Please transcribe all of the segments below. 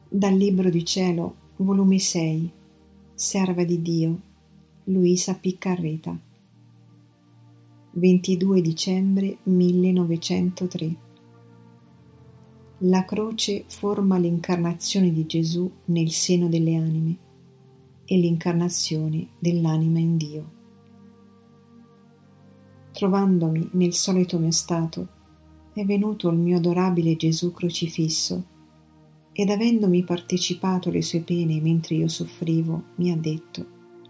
Dal Libro di Cielo, volume 6, Serva di Dio, Luisa Piccarreta, 22 dicembre 1903. La croce forma l'incarnazione di Gesù nel seno delle anime e l'incarnazione dell'anima in Dio. Trovandomi nel solito mio stato, è venuto il mio adorabile Gesù crocifisso ed avendomi partecipato le sue pene mentre io soffrivo, mi ha detto: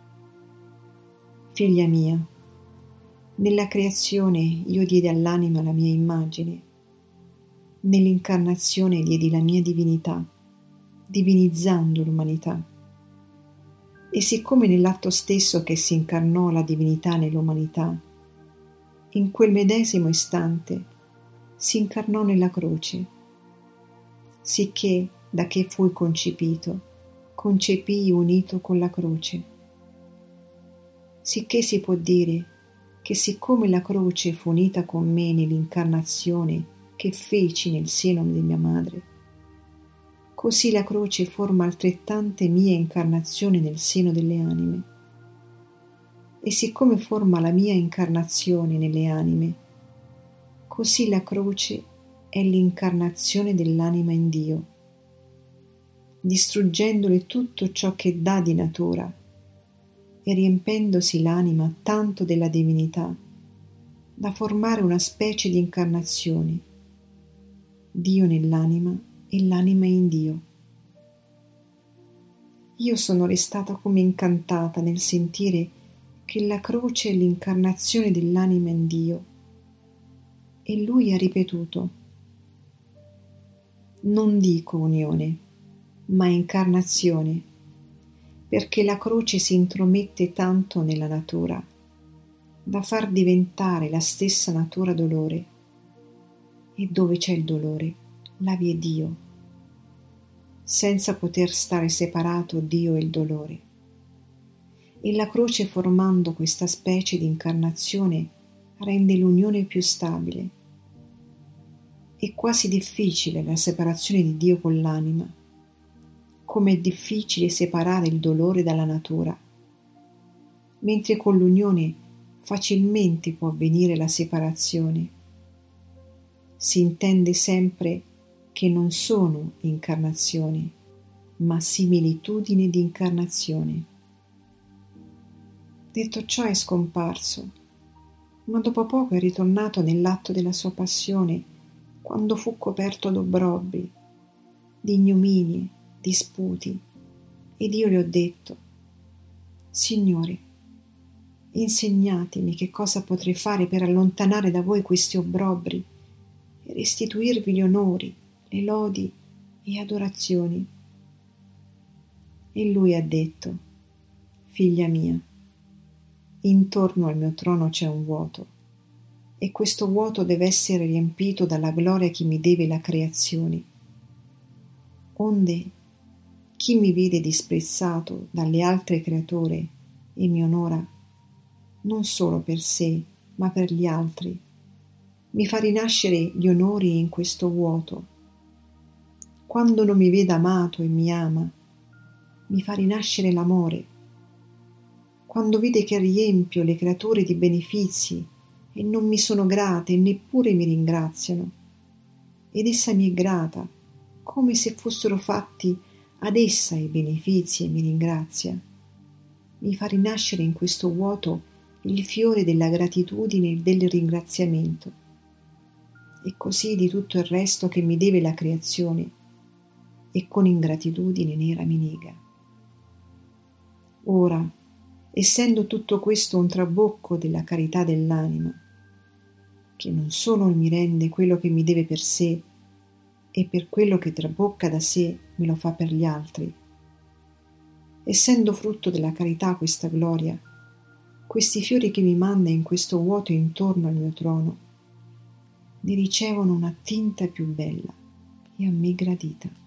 Figlia mia, nella creazione io diedi all'anima la mia immagine, nell'incarnazione diedi la mia divinità, divinizzando l'umanità. E siccome nell'atto stesso che si incarnò la divinità nell'umanità, in quel medesimo istante si incarnò nella croce, sicché da che fui concepito, concepii unito con la croce. Sicché si può dire che siccome la croce fu unita con me nell'incarnazione che feci nel seno di mia madre, così la croce forma altrettante mie incarnazioni nel seno delle anime. E siccome forma la mia incarnazione nelle anime, così la croce è l'incarnazione dell'anima in Dio, distruggendole tutto ciò che dà di natura e riempendosi l'anima tanto della divinità da formare una specie di incarnazione, Dio nell'anima e l'anima in Dio. Io sono restata come incantata nel sentire che la croce è l'incarnazione dell'anima in Dio, e lui ha ripetuto: non dico unione, ma incarnazione, perché la croce si intromette tanto nella natura da far diventare la stessa natura dolore, e dove c'è il dolore, là vi è Dio, senza poter stare separato Dio e il dolore. E la croce, formando questa specie di incarnazione, rende l'unione più stabile. È quasi difficile la separazione di Dio con l'anima, come è difficile separare il dolore dalla natura, mentre con l'unione facilmente può avvenire la separazione. Si intende sempre che non sono incarnazioni, ma similitudine di incarnazione. Detto ciò è scomparso, ma dopo poco è ritornato nell'atto della sua passione, quando fu coperto d'obbrobri, di ignominie, di sputi, ed io le ho detto: Signore, insegnatemi che cosa potrei fare per allontanare da voi questi obbrobri e restituirvi gli onori, le lodi e adorazioni. E lui ha detto: Figlia mia, intorno al mio trono c'è un vuoto, e questo vuoto deve essere riempito dalla gloria che mi deve la creazione. Onde chi mi vede disprezzato dalle altre creature e mi onora, non solo per sé, ma per gli altri, mi fa rinascere gli onori in questo vuoto. Quando non mi vede amato e mi ama, mi fa rinascere l'amore. Quando vede che riempio le creature di benefizi e non mi sono grate e neppure mi ringraziano, ed essa mi è grata, come se fossero fatti ad essa i benefizi e mi ringrazia, mi fa rinascere in questo vuoto il fiore della gratitudine e del ringraziamento, e così di tutto il resto che mi deve la creazione, e con ingratitudine nera mi nega. Ora, essendo tutto questo un trabocco della carità dell'anima, che non solo mi rende quello che mi deve per sé, e per quello che trabocca da sé me lo fa per gli altri, essendo frutto della carità questa gloria, questi fiori che mi manda in questo vuoto intorno al mio trono, ne ricevono una tinta più bella e a me gradita.